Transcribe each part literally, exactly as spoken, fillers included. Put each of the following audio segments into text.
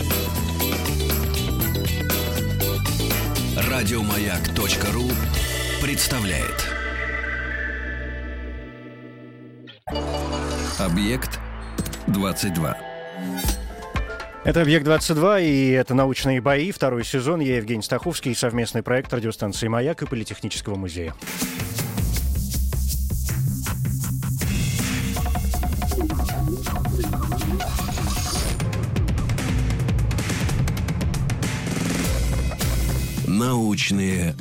Радиомаяк.ру представляет. Объект двадцать два. Это «Объект-двадцать два», и это «Научные бои», второй сезон. Я Евгений Стаховский, совместный проект радиостанции «Маяк» и Политехнического музея. Научные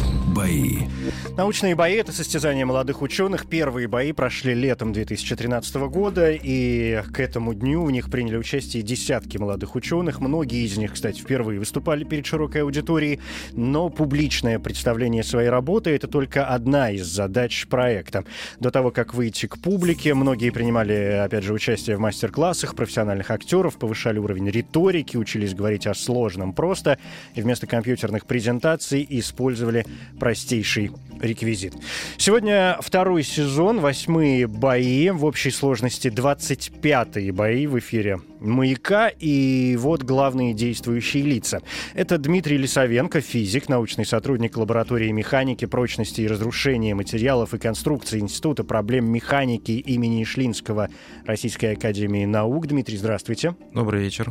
бои. Научные бои — это состязания молодых ученых. Первые бои прошли летом две тысячи тринадцатого года, и к этому дню в них приняли участие десятки молодых ученых. Многие из них, кстати, впервые выступали перед широкой аудиторией, но публичное представление своей работы — это только одна из задач проекта. До того, как выйти к публике, многие принимали, опять же, участие в мастер-классах профессиональных актеров, повышали уровень риторики, учились говорить о сложном просто, и вместо компьютерных презентаций использовали простейший реквизит. Сегодня второй сезон, восьмые бои, в общей сложности двадцать пятые бои в эфире «Маяка», и вот главные действующие лица. Это Дмитрий Лисовенко, физик, научный сотрудник лаборатории механики, прочности и разрушения материалов и конструкций Института проблем механики имени Ишлинского Российской академии наук. Дмитрий, здравствуйте. Добрый вечер.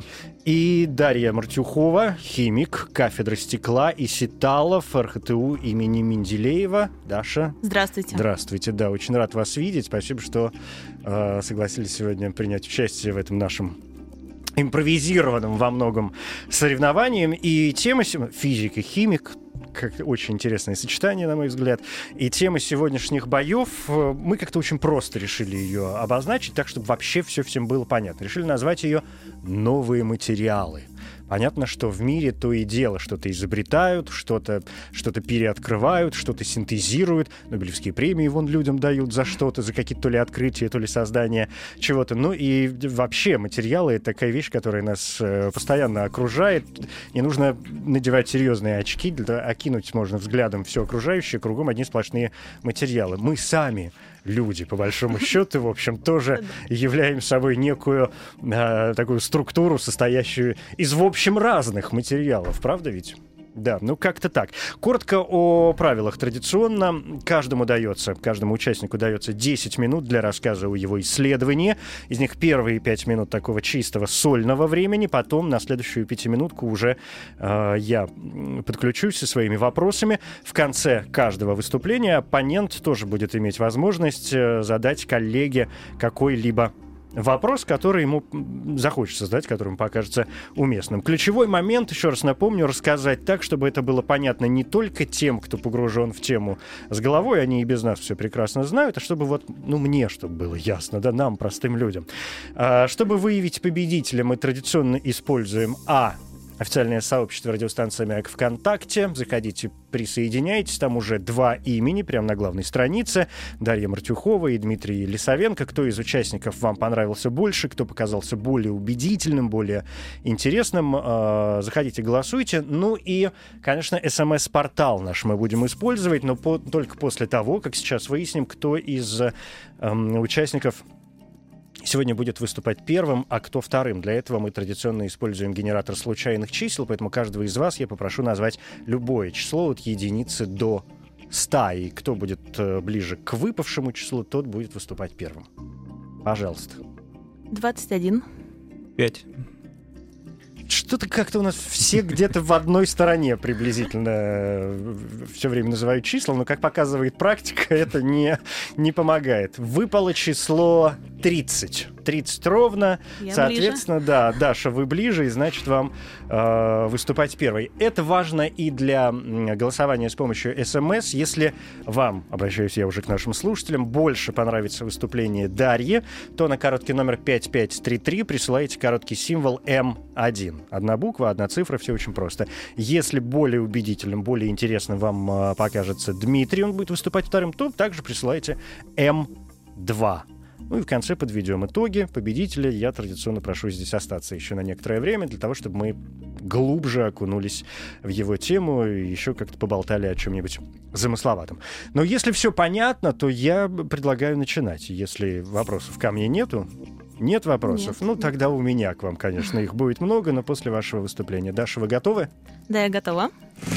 И Дарья Мартюхова, химик, кафедра стекла и сеталов эр ха тэ у имени Менделеева. Даша. Здравствуйте. Здравствуйте, да, очень рад вас видеть. Спасибо, что э, согласились сегодня принять участие в этом нашем импровизированном во многом соревнованием. И тема физик и химик, как очень интересное сочетание, на мой взгляд. И тема сегодняшних боев, мы как-то очень просто решили ее обозначить, так, чтобы вообще все всем было понятно. Решили назвать ее «Новые материалы». Понятно, что в мире то и дело что-то изобретают, что-то, что-то переоткрывают, что-то синтезируют. Нобелевские премии вон людям дают за что-то, за какие-то то ли открытия, то ли создание чего-то. Ну и вообще материалы — это такая вещь, которая нас э, постоянно окружает. Не нужно надевать серьезные очки, для окинуть можно взглядом все окружающее, кругом одни сплошные материалы. Мы сами люди, по большому счету, в общем, тоже являем собой некую э, такую структуру, состоящую из, в общем, разных материалов. Правда ведь? Да, ну как-то так. Коротко о правилах. Традиционно каждому дается, каждому участнику дается десять минут для рассказа о его исследовании. Из них первые пять минут такого чистого сольного времени. Потом на следующую пятиминутку уже э, я подключусь со своими вопросами. В конце каждого выступления оппонент тоже будет иметь возможность э, задать коллеге какой-либо вопрос, который ему захочется задать, который ему покажется уместным. Ключевой момент, еще раз напомню, рассказать так, чтобы это было понятно не только тем, кто погружен в тему с головой, они и без нас все прекрасно знают, а чтобы вот, ну, мне, чтобы было ясно, да, нам, простым людям. А, чтобы выявить победителя, мы традиционно используем а. официальное сообщество радиостанции «Маяк» ВКонтакте. Заходите, присоединяйтесь. Там уже два имени прямо на главной странице. Дарья Мартюхова и Дмитрий Лисовенко. Кто из участников вам понравился больше, кто показался более убедительным, более интересным, э, заходите, голосуйте. Ну и, конечно, эс эм эс-портал наш мы будем использовать, но по- только после того, как сейчас выясним, кто из э, участников сегодня будет выступать первым, а кто вторым. Для этого мы традиционно используем генератор случайных чисел, поэтому каждого из вас я попрошу назвать любое число от единицы до ста. И кто будет э, ближе к выпавшему числу, тот будет выступать первым. Пожалуйста. двадцать один. Пять. Что-то как-то у нас все где-то в одной стороне приблизительно все время называют числа, но, как показывает практика, это не, не помогает. Выпало число тридцать. тридцать ровно. Я Соответственно, ближе. да, Даша, вы ближе, и значит вам э, выступать первой. Это важно и для голосования с помощью эс эм эс. Если вам, обращаюсь я уже к нашим слушателям, больше понравится выступление Дарьи, то на короткий номер пять пять три три присылаете короткий символ эм один. Одна буква, одна цифра, все очень просто. Если более убедительным, более интересным вам э, покажется Дмитрий, он будет выступать вторым, то также присылаете эм два. Ну и в конце подведем итоги. Победителя я традиционно прошу здесь остаться еще на некоторое время, для того, чтобы мы глубже окунулись в его тему и еще как-то поболтали о чем-нибудь замысловатом. Но если все понятно, то я предлагаю начинать. Если вопросов ко мне нету, Нет вопросов? Нет. Ну, тогда у меня к вам, конечно, их будет много, но после вашего выступления. Даша, вы готовы? Да, я готова.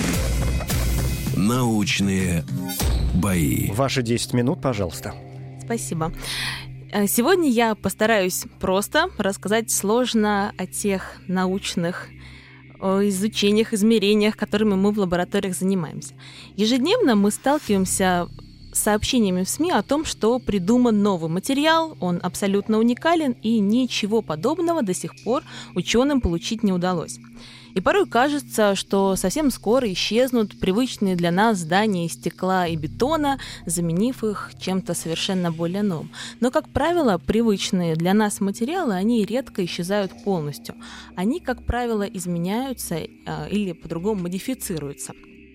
Научные бои. Ваши десять минут, пожалуйста. Спасибо. Сегодня я постараюсь просто рассказать сложно о тех научных изучениях, измерениях, которыми мы в лабораториях занимаемся. Ежедневно мы сталкиваемся с сообщениями в СМИ о том, что придуман новый материал, он абсолютно уникален, и ничего подобного до сих пор ученым получить не удалось. И порой кажется, что совсем скоро исчезнут привычные для нас здания из стекла и бетона, заменив их чем-то совершенно более новым. Но, как правило, привычные для нас материалы, они редко исчезают полностью. Они, как правило, изменяются а, или по-другому модифицируются.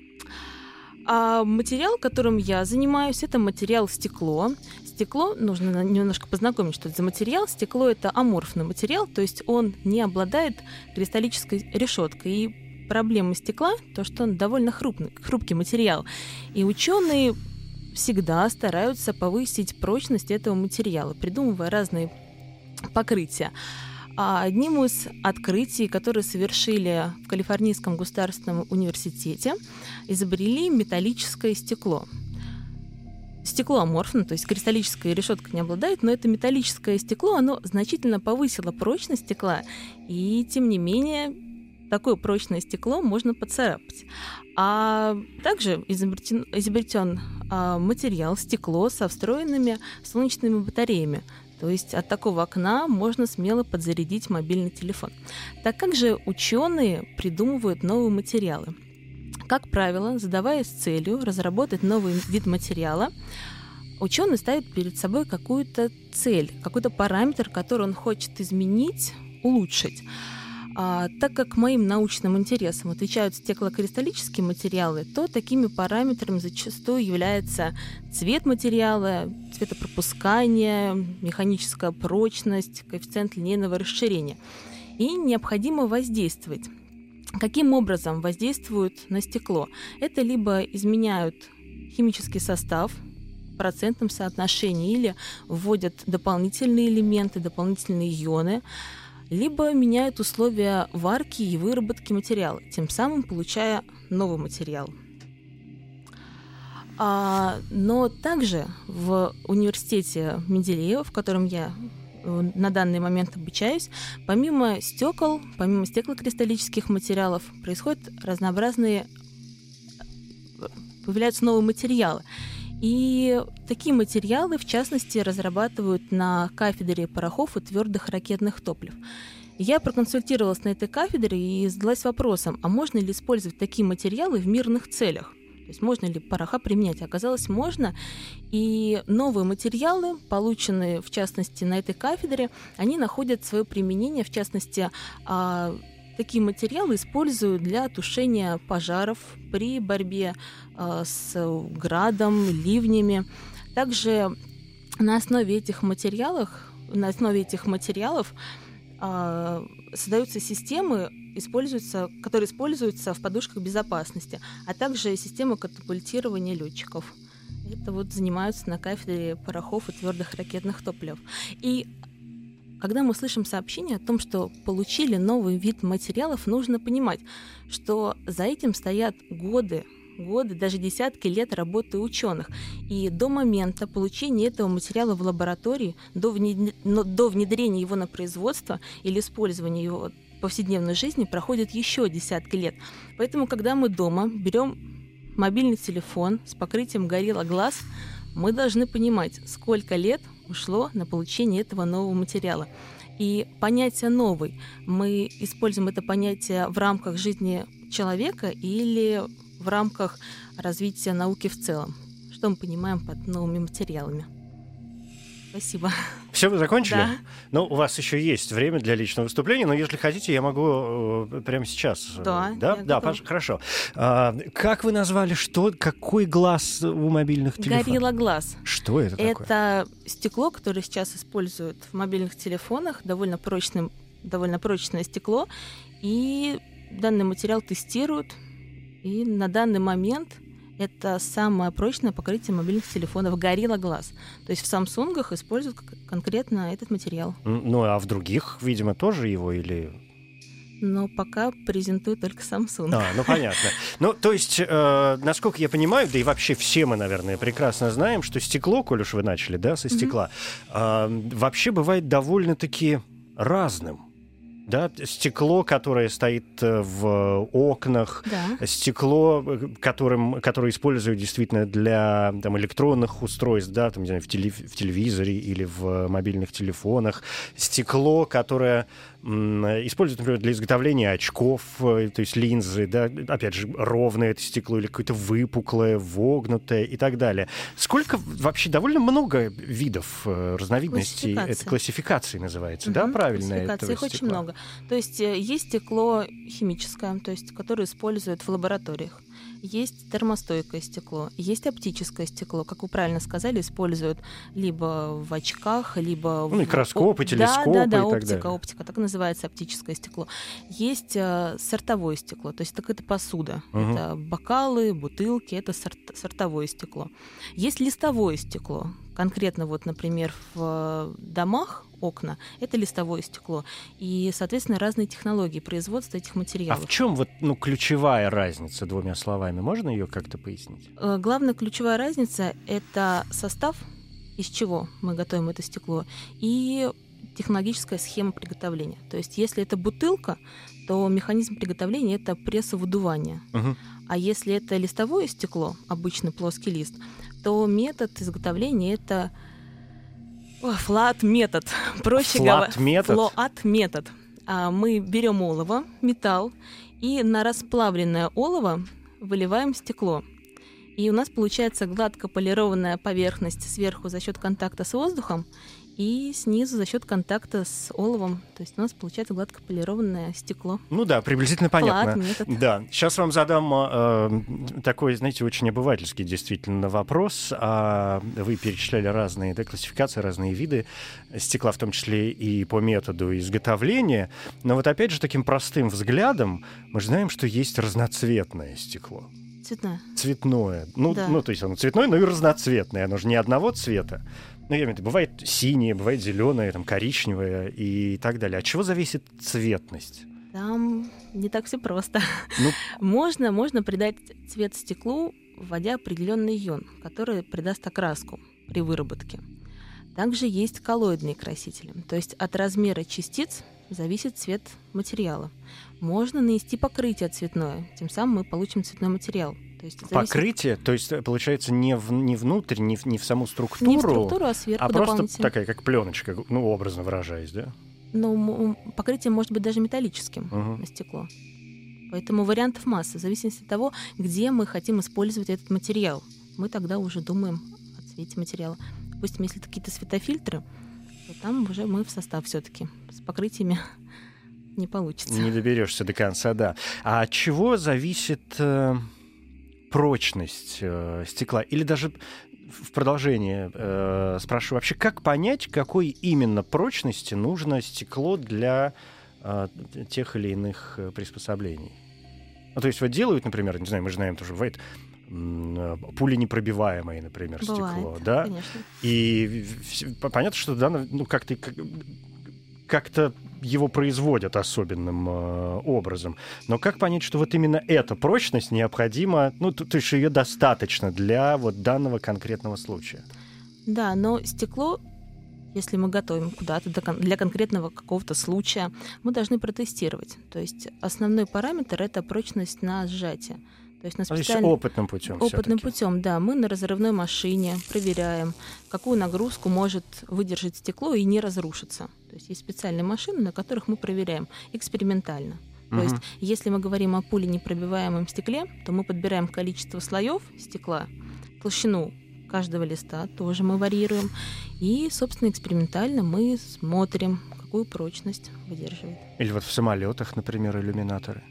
А материал, которым я занимаюсь, это материал стекло. Стекло, нужно немножко познакомить, что это за материал. Стекло — это аморфный материал, то есть он не обладает кристаллической решеткой. И проблема стекла — то, что он довольно хрупкий, хрупкий материал. И ученые всегда стараются повысить прочность этого материала, придумывая разные покрытия. А одним из открытий, которые совершили в Калифорнийском государственном университете, изобрели металлическое стекло. Стекло аморфно, то есть кристаллическая решетка не обладает, но это металлическое стекло, оно значительно повысило прочность стекла, и тем не менее такое прочное стекло можно поцарапать. А также изобретен, изобретен а, материал стекло со встроенными солнечными батареями. То есть от такого окна можно смело подзарядить мобильный телефон. Так как же ученые придумывают новые материалы? Как правило, задаваясь целью разработать новый вид материала, ученый ставит перед собой какую-то цель, какой-то параметр, который он хочет изменить, улучшить. А, так как моим научным интересам отвечают стеклокристаллические материалы, то такими параметрами зачастую является цвет материала, цветопропускание, механическая прочность, коэффициент линейного расширения. И необходимо воздействовать. Каким образом воздействуют на стекло? Это либо изменяют химический состав в процентном соотношении, или вводят дополнительные элементы, дополнительные ионы, либо меняют условия варки и выработки материала, тем самым получая новый материал. А, но также в университете Менделеева, в котором я на данный момент обучаюсь, помимо стекол, помимо стеклокристаллических материалов, происходят разнообразные, появляются новые материалы. И такие материалы, в частности, разрабатывают на кафедре порохов и твердых ракетных топлив. Я проконсультировалась на этой кафедре и задалась вопросом, а можно ли использовать такие материалы в мирных целях? То есть можно ли пороха применять? Оказалось, можно. И новые материалы, полученные, в частности, на этой кафедре, они находят свое применение. В частности, такие материалы используют для тушения пожаров при борьбе с градом, ливнями. Также на основе этих материалов, на основе этих материалов создаются системы, используются, которые используются в подушках безопасности, а также система катапультирования летчиков. Это вот занимаются на кафедре порохов и твердых ракетных топлив. И когда мы слышим сообщение о том, что получили новый вид материалов, нужно понимать, что за этим стоят годы, годы, даже десятки лет работы ученых. И до момента получения этого материала в лаборатории, до внедрения его на производство или использования его в повседневной жизни проходит еще десятки лет. Поэтому, когда мы дома берем мобильный телефон с покрытием Gorilla Glass, мы должны понимать, сколько лет ушло на получение этого нового материала. И понятие «новый», мы используем это понятие в рамках жизни человека или в рамках развития науки в целом? Что мы понимаем под новыми материалами? Спасибо. Все, вы закончили? Да. Ну, у вас еще есть время для личного выступления, но если хотите, я могу э, прямо сейчас. Да, да, да, пож- хорошо. А, как вы назвали, что, какой глаз у мобильных телефонов? Gorilla Glass. Что это такое? Это стекло, которое сейчас используют в мобильных телефонах, довольно прочное, довольно прочное стекло, и данный материал тестируют. И на данный момент Это самое прочное покрытие мобильных телефонов Gorilla Glass. То есть в Самсунгах используют конкретно этот материал. Ну, а в других, видимо, тоже его или... Но пока презентует только Samsung. А, ну понятно. Ну, то есть, э, насколько я понимаю, да и вообще все мы, наверное, прекрасно знаем, что стекло, коль уж вы начали, да, со стекла, mm-hmm. э, вообще бывает довольно-таки разным. Да, стекло, которое стоит в окнах, да. Стекло, которым, которое используют действительно для там, электронных устройств, да, там, не знаю, в, телев- в телевизоре или в мобильных телефонах, стекло, которое м- используют, например, для изготовления очков, то есть линзы, да, опять же, ровное это стекло или какое-то выпуклое, вогнутое и так далее. Сколько вообще довольно много видов, разновидностей, это классификации называется, угу, да, правильно? Классификации, их очень много. То есть есть стекло химическое, то есть, которое используют в лабораториях. Есть термостойкое стекло, есть оптическое стекло, как вы правильно сказали, используют либо в очках, либо ну, в... микроскопы, телескопы да, да, да, и оптика, так далее. оптика, так называется оптическое стекло. Есть э, сортовое стекло, то есть так это посуда, угу. Это бокалы, бутылки, это сорт, сортовое стекло. Есть листовое стекло, конкретно вот, например, в домах окна, это листовое стекло. И, соответственно, разные технологии производства этих материалов. А в чем вот, ну, ключевая разница, двумя словами? Можно ее как-то пояснить? Главная ключевая разница — это состав, из чего мы готовим это стекло, и технологическая схема приготовления. То есть если это бутылка, то механизм приготовления — это прессовыдувание. Угу. А если это листовое стекло, обычный плоский лист, то метод изготовления — это флат-метод. Проще говоря, флоат-метод. Мы берем олово, металл, и на расплавленное олово выливаем стекло. И у нас получается гладко полированная поверхность сверху за счет контакта с воздухом и снизу за счет контакта с оловом. То есть у нас получается гладко полированное стекло. Ну да, приблизительно понятно. Да. Сейчас вам задам э, такой, знаете, очень обывательский действительно вопрос. А вы перечисляли разные да, классификации, разные виды стекла, в том числе и по методу изготовления. Но вот опять же таким простым взглядом мы же знаем, что есть разноцветное стекло. Цветное. Цветное. Ну, да. ну, то есть оно цветное, но и разноцветное. Оно же не одного цвета. Ну, я имею в виду, бывает синее, бывает зеленое, там, коричневое и так далее. От чего зависит цветность? Там не так все просто. Ну... Можно, можно придать цвет стеклу, вводя определенный ион, который придаст окраску при выработке. Также есть коллоидные красители. То есть от размера частиц зависит цвет материала. Можно нанести покрытие цветное, тем самым мы получим цветной материал. То есть зависит... Покрытие, то есть получается не, в, не внутрь, не в, не в саму структуру, не в структуру, а сверху а просто такая, как пленочка, ну, образно выражаясь, да? Ну, покрытие может быть даже металлическим uh-huh. на стекло. Поэтому вариантов масса, в зависимости от того, где мы хотим использовать этот материал. Мы тогда уже думаем о цвете материала. Допустим, если какие-то светофильтры, то там уже мы в состав все-таки с покрытиями не получится. Не доберешься до конца, да. А от чего зависит э, прочность э, стекла? Или даже в продолжение э, спрашиваю, вообще как понять, какой именно прочности нужно стекло для э, тех или иных э, приспособлений? Ну, то есть вот делают, например, не знаю, мы же знаем тоже, бывает пуленепробиваемое, например, бывает, стекло, да? Конечно. И понятно, что да, ну как-то как-то его производят особенным э, образом. Но как понять, что вот именно эта прочность необходима, ну, то, то есть ее достаточно для вот данного конкретного случая? Да, но стекло, если мы готовим куда-то для конкретного какого-то случая, мы должны протестировать. То есть основной параметр — это прочность на сжатие. То есть, на специально... То есть опытным путем. Опытным всё-таки. путем, да. Мы на разрывной машине проверяем, какую нагрузку может выдержать стекло и не разрушиться. То есть есть специальные машины, на которых мы проверяем экспериментально. То Угу. есть если мы говорим о пуленепробиваемом стекле, то мы подбираем количество слоев стекла, толщину каждого листа тоже мы варьируем. И, собственно, экспериментально мы смотрим, какую прочность выдерживает. Или вот в самолетах, например, иллюминаторы.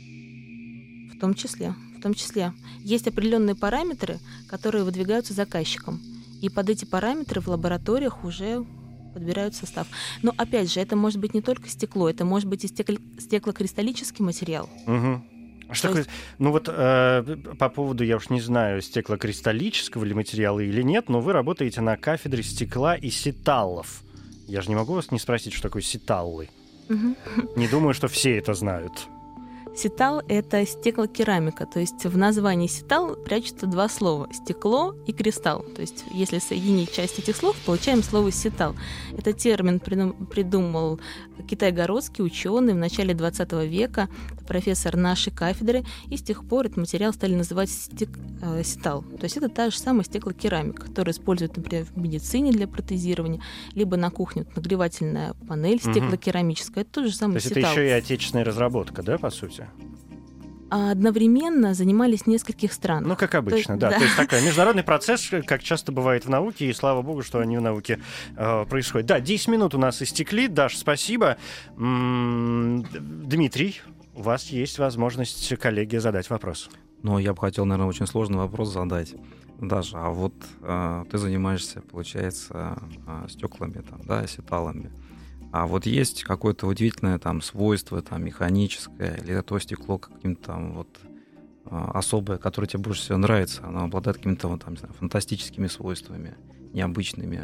В том числе. В том числе есть определенные параметры, которые выдвигаются заказчиком. И под эти параметры в лабораториях уже подбирают состав. Но опять же, это может быть не только стекло, это может быть и стекло- стеклокристаллический материал. Угу. А что такое? Ну вот э, по поводу, я уж не знаю, стеклокристаллического ли материала или нет, но вы работаете на кафедре стекла и сеталлов. Я же не могу вас не спросить, что такое сеталлы. Не думаю, что все это знают. Сетал — это стеклокерамика, то есть в названии сетал прячутся два слова — стекло и кристалл. То есть если соединить часть этих слов, получаем слово сетал. Этот термин придумал китайгородский ученый в начале двадцатого века, профессор нашей кафедры, и с тех пор этот материал стали называть стек... э, сетал. То есть это та же самая стеклокерамика, которую используют, например, в медицине для протезирования, либо на кухне вот, нагревательная панель стеклокерамическая. Это тот же самый сетал. То есть сетал. это еще и отечественная разработка, да, по сути? А одновременно занимались в нескольких странах. Ну, как обычно, то, да. да. То есть такой международный процесс, как часто бывает в науке, и слава богу, что они в науке э, происходят. Да, десять минут у нас истекли. Даш, спасибо. М-м- Дмитрий, у вас есть возможность коллеге задать вопрос. Ну, я бы хотел, наверное, очень сложный вопрос задать. Даша, а вот э, ты занимаешься, получается, э, стеклами, там, да, сеталами. А вот есть какое-то удивительное там свойство, там, механическое, или то стекло каким-то там вот особое, которое тебе больше всего нравится, оно обладает какими-то вот, там, не знаю, фантастическими свойствами, необычными?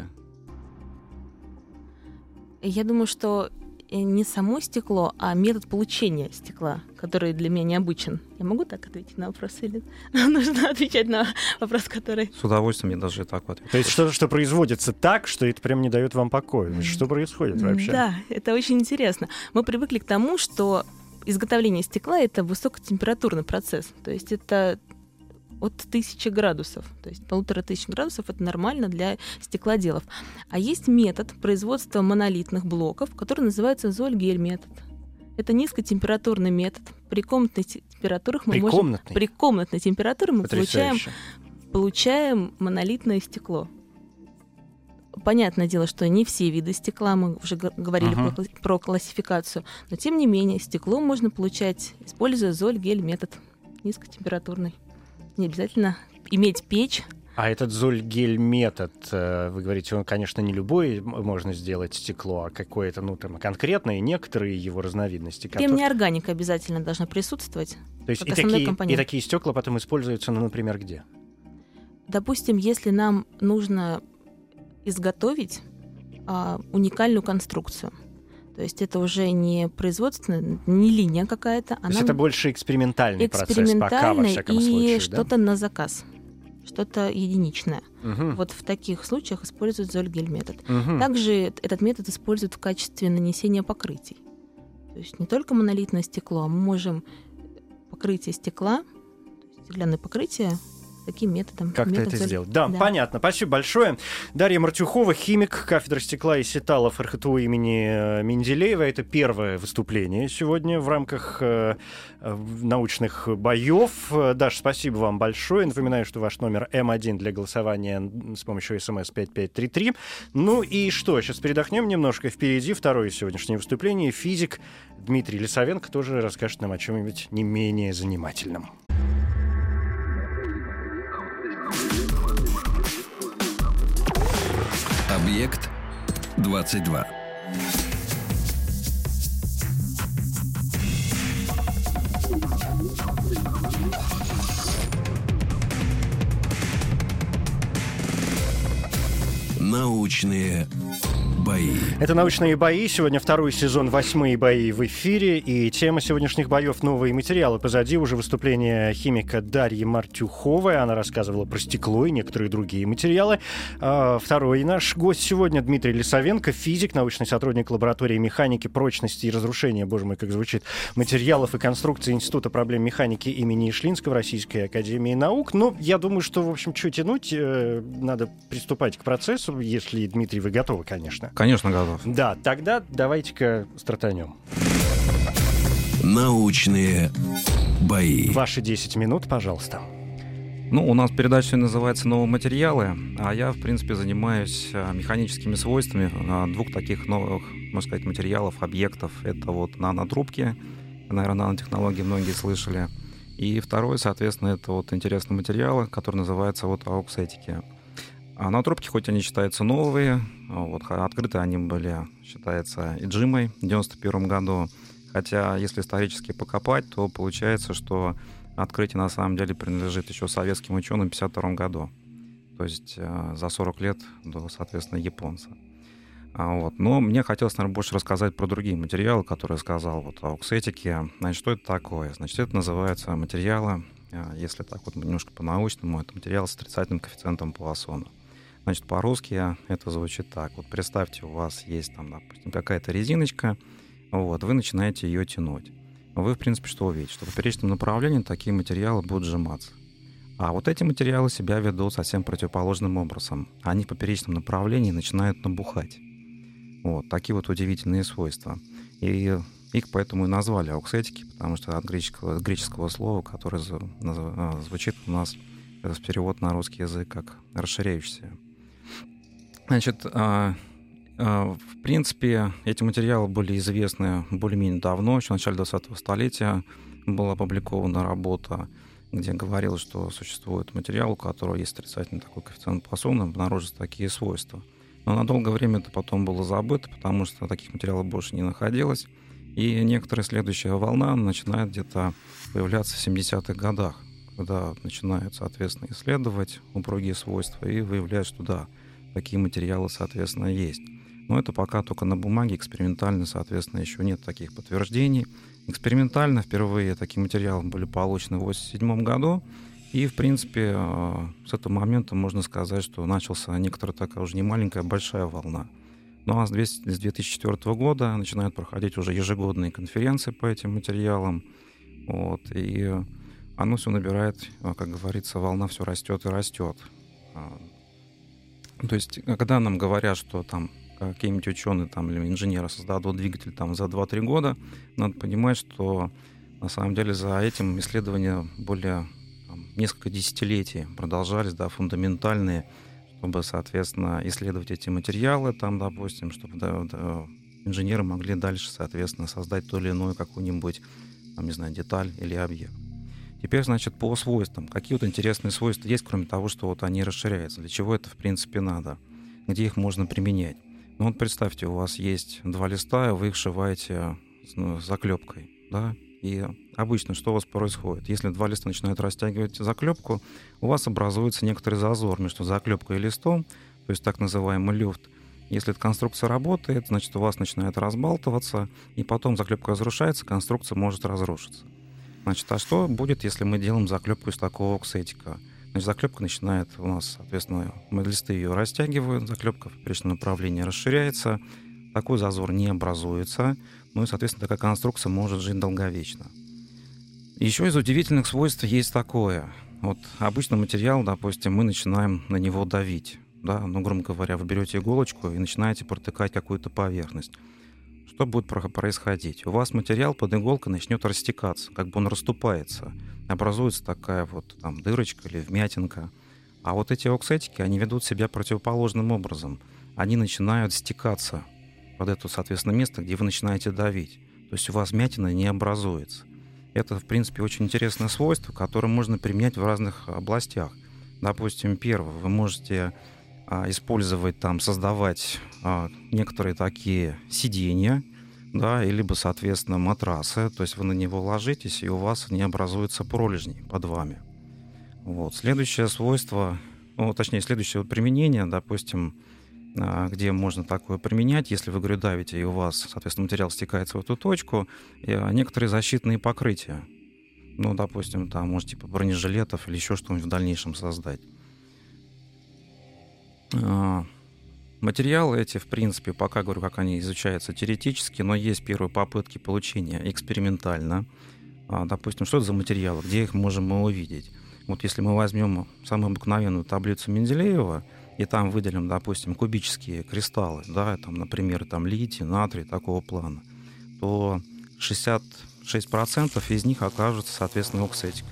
Я думаю, что не само стекло, а метод получения стекла, который для меня необычен. Я могу так ответить на вопрос или нужно отвечать на вопрос, который... С удовольствием, я даже и так отвечу. То есть что-то, что производится так, что это прям не дает вам покоя. Что происходит вообще? Да, это очень интересно. Мы привыкли к тому, что изготовление стекла — это высокотемпературный процесс. То есть это от тысячи градусов. То есть полутора тысяч градусов — это нормально для стеклоделов. А есть метод производства монолитных блоков, который называется Зольгель-метод. Это низкотемпературный метод. При комнатных температурах мы можем... При комнатной температуре мы получаем, получаем монолитное стекло. Понятное дело, что не все виды стекла, мы уже говорили uh-huh. про, про классификацию, но тем не менее стекло можно получать, используя Зольгель-метод низкотемпературный. Не обязательно иметь печь. А этот Зольгель-метод, вы говорите, он, конечно, не любой можно сделать стекло, а какое-то, ну, там, конкретное, некоторые его разновидности. Кремний органика обязательно должна присутствовать. То есть и такие, и такие стекла потом используются, ну, например, где? Допустим, если нам нужно изготовить а, уникальную конструкцию. То есть это уже не производственная, не линия какая-то. То есть это больше экспериментальный, экспериментальный процесс пока, во всяком и случае. И что-то да? на заказ, что-то единичное. Угу. Вот в таких случаях используют Зольгель-метод. Угу. Также этот метод используют в качестве нанесения покрытий. То есть не только монолитное стекло, а мы можем покрытие стекла, стеклянное покрытие, таким методом. Как-то метод это золь... сделать. Да, да, понятно. Спасибо большое. Дарья Мартюхова, химик, кафедра стекла и сеталов эр ха тэ у имени Менделеева. Это первое выступление сегодня в рамках э, научных боев. Даша, спасибо вам большое. Напоминаю, что ваш номер эм один для голосования с помощью эс эм эс пять пять три три. Ну и что, сейчас передохнем немножко. Впереди второе сегодняшнее выступление. Физик Дмитрий Лисовенко тоже расскажет нам о чем-нибудь не менее занимательном. Объект двадцать два. Научные бои. Это «Научные бои». Сегодня второй сезон, восьмые бои в эфире. И тема сегодняшних боев — новые материалы. Позади уже выступление химика Дарьи Мартюховой. Она рассказывала про стекло и некоторые другие материалы. А второй наш гость сегодня — Дмитрий Лисовенко, физик, научный сотрудник лаборатории механики, прочности и разрушения, боже мой, как звучит, материалов и конструкций Института проблем механики имени Ишлинского Российской академии наук. Но я думаю, что, в общем, что тянуть, надо приступать к процессу, если, Дмитрий, вы готовы, конечно. Конечно, готов. Да, тогда давайте-ка стартанем. Научные бои. Ваши десять минут, пожалуйста. Ну, у нас передача называется «Новые материалы», а я, в принципе, занимаюсь механическими свойствами двух таких новых, можно сказать, материалов, объектов. Это вот нанотрубки, наверное, нанотехнологии многие слышали. И второй, соответственно, это вот интересные материалы, которые называются вот ауксетики. А нанотрубки, хоть они считаются новые, вот, открыты они были, считается, Иджимой в девяносто первом году, Хотя, если исторически покопать, то получается, что открытие на самом деле принадлежит еще советским ученым в пятьдесят втором году. То есть э, за сорок лет до, соответственно, японца. А вот. Но мне хотелось, наверное, больше рассказать про другие материалы, которые я сказал, вот, о оксетике. Значит, что это такое? Значит, это называются материалы, если так вот немножко по-научному, это материал с отрицательным коэффициентом Пуассона. Значит, по-русски это звучит так. Вот представьте, у вас есть там, допустим, какая-то резиночка, вот, вы начинаете ее тянуть. Вы, в принципе, что увидите? Что в поперечном направлении такие материалы будут сжиматься. А вот эти материалы себя ведут совсем противоположным образом. Они в поперечном направлении начинают набухать. Вот такие вот удивительные свойства. И их поэтому и назвали оксетики, потому что от греческого, греческого слова, которое звучит у нас в перевод на русский язык как расширяющийся. Значит, в принципе, эти материалы были известны более-менее давно, еще в начале двадцатого столетия была опубликована работа, где говорилось, что существует материал, у которого есть отрицательный такой коэффициент Пуассона, обнаруживаются такие свойства. Но на долгое время это потом было забыто, потому что таких материалов больше не находилось. И некоторая следующая волна начинает где-то появляться в семидесятых годах, когда начинают, соответственно, исследовать упругие свойства и выявляют, что да, такие материалы, соответственно, есть. Но это пока только на бумаге, экспериментально, соответственно, еще нет таких подтверждений. Экспериментально впервые такие материалы были получены в восемьдесят седьмом году. И, в принципе, с этого момента можно сказать, что начался некоторая такая уже не маленькая, а большая волна. Ну а с две тысячи четвёртого года начинают проходить уже ежегодные конференции по этим материалам. Вот, и оно все набирает, как говорится, волна все растет и растет. То есть, когда нам говорят, что там какие-нибудь ученые там, или инженеры создадут двигатель там, за два-три года, надо понимать, что на самом деле за этим исследования более там, несколько десятилетий продолжались, да, фундаментальные, чтобы, соответственно, исследовать эти материалы, там, допустим, чтобы да, да, инженеры могли дальше, соответственно, создать то или иное какую-нибудь, там, не знаю, деталь или объект. Теперь, значит, по свойствам. Какие вот интересные свойства есть, кроме того, что вот они расширяются? Для чего это, в принципе, надо? Где их можно применять? Ну вот представьте, у вас есть два листа, и вы их сшиваете ну, заклепкой, да? И обычно что у вас происходит? Если два листа начинают растягивать заклепку, у вас образуется некоторый зазор между заклепкой и листом, то есть так называемый люфт. Если эта конструкция работает, значит, у вас начинает разбалтываться, и потом заклепка разрушается, конструкция может разрушиться. Значит, а что будет, если мы делаем заклепку из такого оксетика? Значит, заклепка начинает у нас, соответственно, листы ее растягивают, заклепка в поперечном направлении расширяется, такой зазор не образуется, ну и, соответственно, такая конструкция может жить долговечно. Еще из удивительных свойств есть такое. Вот обычный материал, допустим, мы начинаем на него давить, да, ну, грубо говоря, вы берете иголочку и начинаете протыкать какую-то поверхность. Что будет происходить? У вас материал под иголкой начнет растекаться, как бы он расступается. Образуется такая вот там дырочка или вмятинка. А вот эти оксетики, они ведут себя противоположным образом. Они начинают стекаться под это, соответственно, место, где вы начинаете давить. То есть у вас вмятина не образуется. Это, в принципе, очень интересное свойство, которое можно применять в разных областях. Допустим, первое, вы можете а, использовать, там, создавать а, некоторые такие сиденья, да, или, соответственно, матрасы. То есть вы на него ложитесь, и у вас не образуются пролежни под вами. Вот. Следующее свойство, ну, точнее, следующее вот применение, допустим, где можно такое применять, если вы, говорю, давите, и у вас, соответственно, материал стекается в эту точку, некоторые защитные покрытия. Ну, допустим, там, может, типа бронежилетов или еще что-нибудь в дальнейшем создать. Материалы эти, в принципе, пока, говорю, как они изучаются теоретически, но есть первые попытки получения экспериментально. Допустим, что это за материалы, где их можем мы увидеть? Вот если мы возьмем самую обыкновенную таблицу Менделеева, и там выделим, допустим, кубические кристаллы, да, там, например, там литий, натрий такого плана, то шестьдесят шесть процентов из них окажутся, соответственно, оксетиками.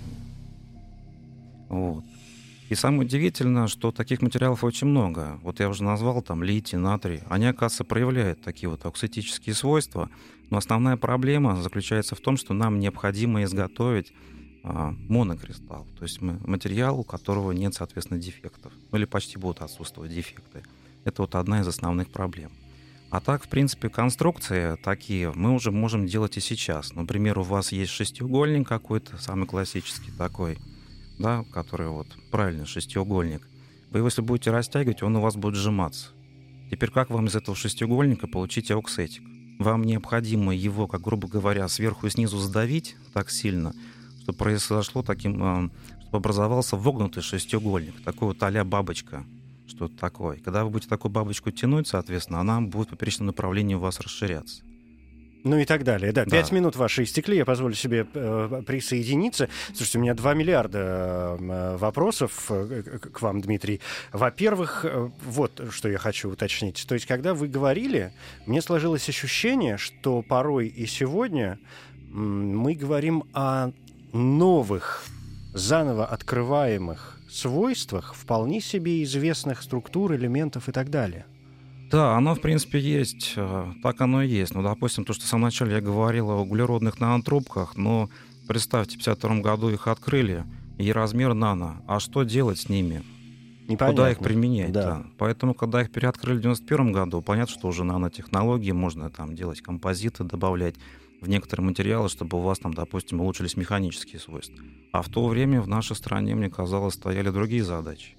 Вот. И самое удивительное, что таких материалов очень много. Вот я уже назвал там литий, натрий. Они, оказывается, проявляют такие вот оксетические свойства. Но основная проблема заключается в том, что нам необходимо изготовить а, монокристалл. То есть материал, у которого нет, соответственно, дефектов. Ну, или почти будут отсутствовать дефекты. Это вот одна из основных проблем. А так, в принципе, конструкции такие мы уже можем делать и сейчас. Например, у вас есть шестиугольник какой-то, самый классический такой, да, который вот правильно, шестиугольник. Вы его, если будете растягивать, он у вас будет сжиматься. Теперь как вам из этого шестиугольника получить ауксетик? Вам необходимо его, как грубо говоря, сверху и снизу сдавить так сильно, чтобы произошло таким, чтобы образовался вогнутый шестиугольник, такой вот а-ля бабочка. Что-то такое. Когда вы будете такую бабочку тянуть, соответственно, она будет в поперечном направлении у вас расширяться. Ну и так далее. Да, Да. пять минут ваши истекли, я позволю себе э, присоединиться. Слушайте, у меня два миллиарда э, вопросов э, к вам, Дмитрий. Во-первых, э, вот что я хочу уточнить. То есть, когда вы говорили, мне сложилось ощущение, что порой и сегодня м, мы говорим о новых, заново открываемых свойствах вполне себе известных структур, элементов и так далее. Да, оно, в принципе, есть. Так оно и есть. Ну, допустим, то, что в самом начале я говорил о углеродных нанотрубках, но представьте, в пятьдесят втором году их открыли, и размер нано. А что делать с ними? Непонятно. Куда их применять? Да. Да. Поэтому, когда их переоткрыли в девяносто первом году, понятно, что уже нанотехнологии, можно там делать композиты, добавлять в некоторые материалы, чтобы у вас там, допустим, улучшились механические свойства. А в то время в нашей стране, мне казалось, стояли другие задачи.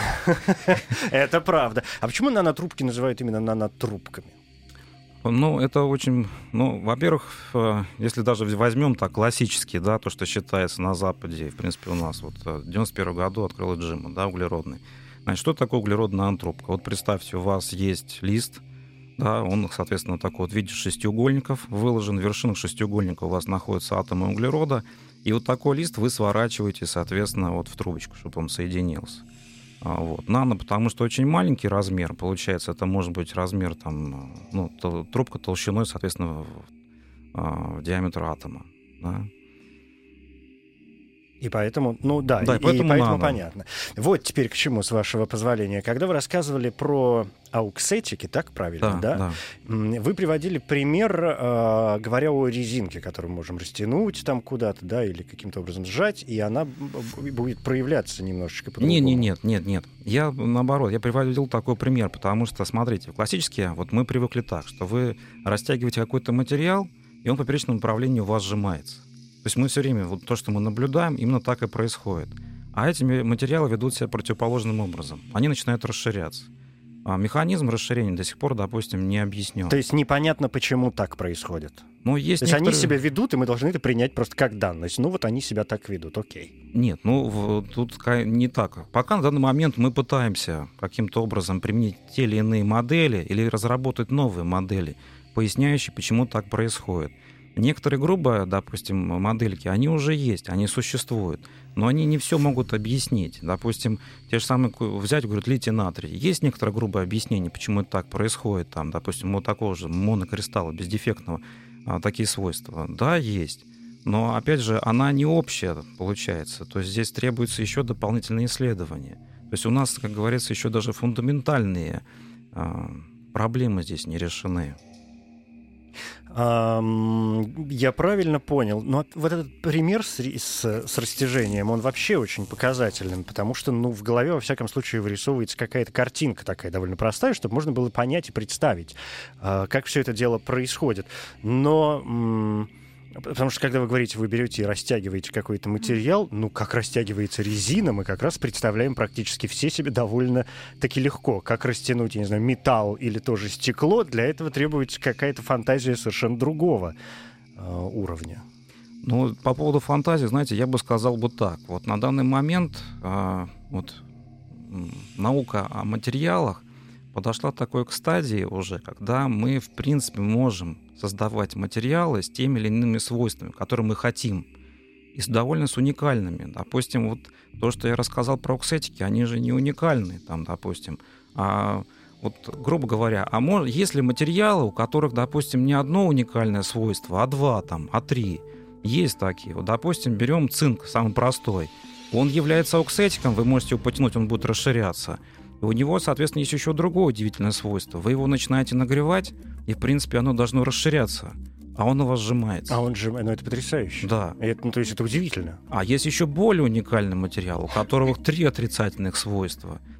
Это правда. А почему нанотрубки называют именно нанотрубками? Ну, это очень... Ну, во-первых, если даже возьмем так классически, да, то, что считается на Западе, в принципе, у нас вот в девяносто первом году открыла Джима, да, углеродный. Значит, что такое углеродная нанотрубка? Вот представьте, у вас есть лист, да, он, соответственно, такой вот в виде шестиугольников выложен, в вершинах шестиугольника у вас находятся атомы углерода, и вот такой лист вы сворачиваете, соответственно, вот в трубочку, чтобы он соединился. Вот. Нано, потому что очень маленький размер, получается, это может быть размер, там, ну, трубка толщиной, соответственно, в, в диаметр атома. Да? И поэтому, ну да, да и, и поэтому, и поэтому нано. понятно. Вот теперь к чему, с вашего позволения. Когда вы рассказывали про ауксетики, так правильно, да? Да, да. Вы приводили пример, э, говоря о резинке, которую мы можем растянуть там куда-то, да, или каким-то образом сжать, и она будет проявляться немножечко по-другому. Не, не, нет, нет, нет. Я, наоборот, я приводил такой пример, потому что, смотрите, классически вот мы привыкли так, что вы растягиваете какой-то материал, и он по поперечному направлению у вас сжимается. То есть мы все время, вот то, что мы наблюдаем, именно так и происходит. А эти материалы ведут себя противоположным образом. Они начинают расширяться. А механизм расширения до сих пор, допустим, не объяснен. То есть непонятно, почему так происходит. Ну, есть То есть некоторые... они себя ведут, и мы должны это принять просто как данность. Ну вот они себя так ведут, окей. Нет, ну в, тут не так. Пока на данный момент мы пытаемся каким-то образом применить те или иные модели или разработать новые модели, поясняющие, почему так происходит. Некоторые грубые, допустим, модельки, они уже есть, они существуют, но они не все могут объяснить. Допустим, те же самые взять, говорят, литий-натрий. Есть некоторое грубое объяснение, почему это так происходит, там, допустим, вот такого же монокристалла бездефектного, а, такие свойства. Да, есть. Но, опять же, она не общая, получается. То есть здесь требуется еще дополнительные исследования. То есть у нас, как говорится, еще даже фундаментальные а, проблемы здесь не решены. Я правильно понял. Но вот этот пример с, с, с растяжением, он вообще очень показательный, потому что, ну, в голове, во всяком случае, вырисовывается какая-то картинка такая довольно простая, чтобы можно было понять и представить, как все это дело происходит. Но... Потому что, когда вы говорите, вы берете и растягиваете какой-то материал, ну, как растягивается резина, мы как раз представляем практически все себе довольно-таки легко. Как растянуть, я не знаю, металл или тоже стекло, для этого требуется какая-то фантазия совершенно другого э, уровня. Ну, по поводу фантазии, знаете, я бы сказал бы так. Вот на данный момент э, вот, наука о материалах подошла такой к стадии уже, когда мы, в принципе, можем создавать материалы с теми или иными свойствами, которые мы хотим, и с довольно с уникальными. Допустим, вот то, что я рассказал про ауксетики, они же не уникальны, там, допустим. А вот, грубо говоря, а мож, есть ли материалы, у которых, допустим, не одно уникальное свойство, а два, там, а три? Есть такие. Вот, допустим, берем цинк, самый простой. Он является ауксетиком, вы можете его потянуть, он будет расширяться. У него, соответственно, есть еще другое удивительное свойство. Вы его начинаете нагревать, и, в принципе, оно должно расширяться, а он у вас сжимается. А он сжимается, ну это потрясающе. Да. Это, ну, то есть это удивительно. А есть еще более уникальный материал, у которого три отрицательных свойства.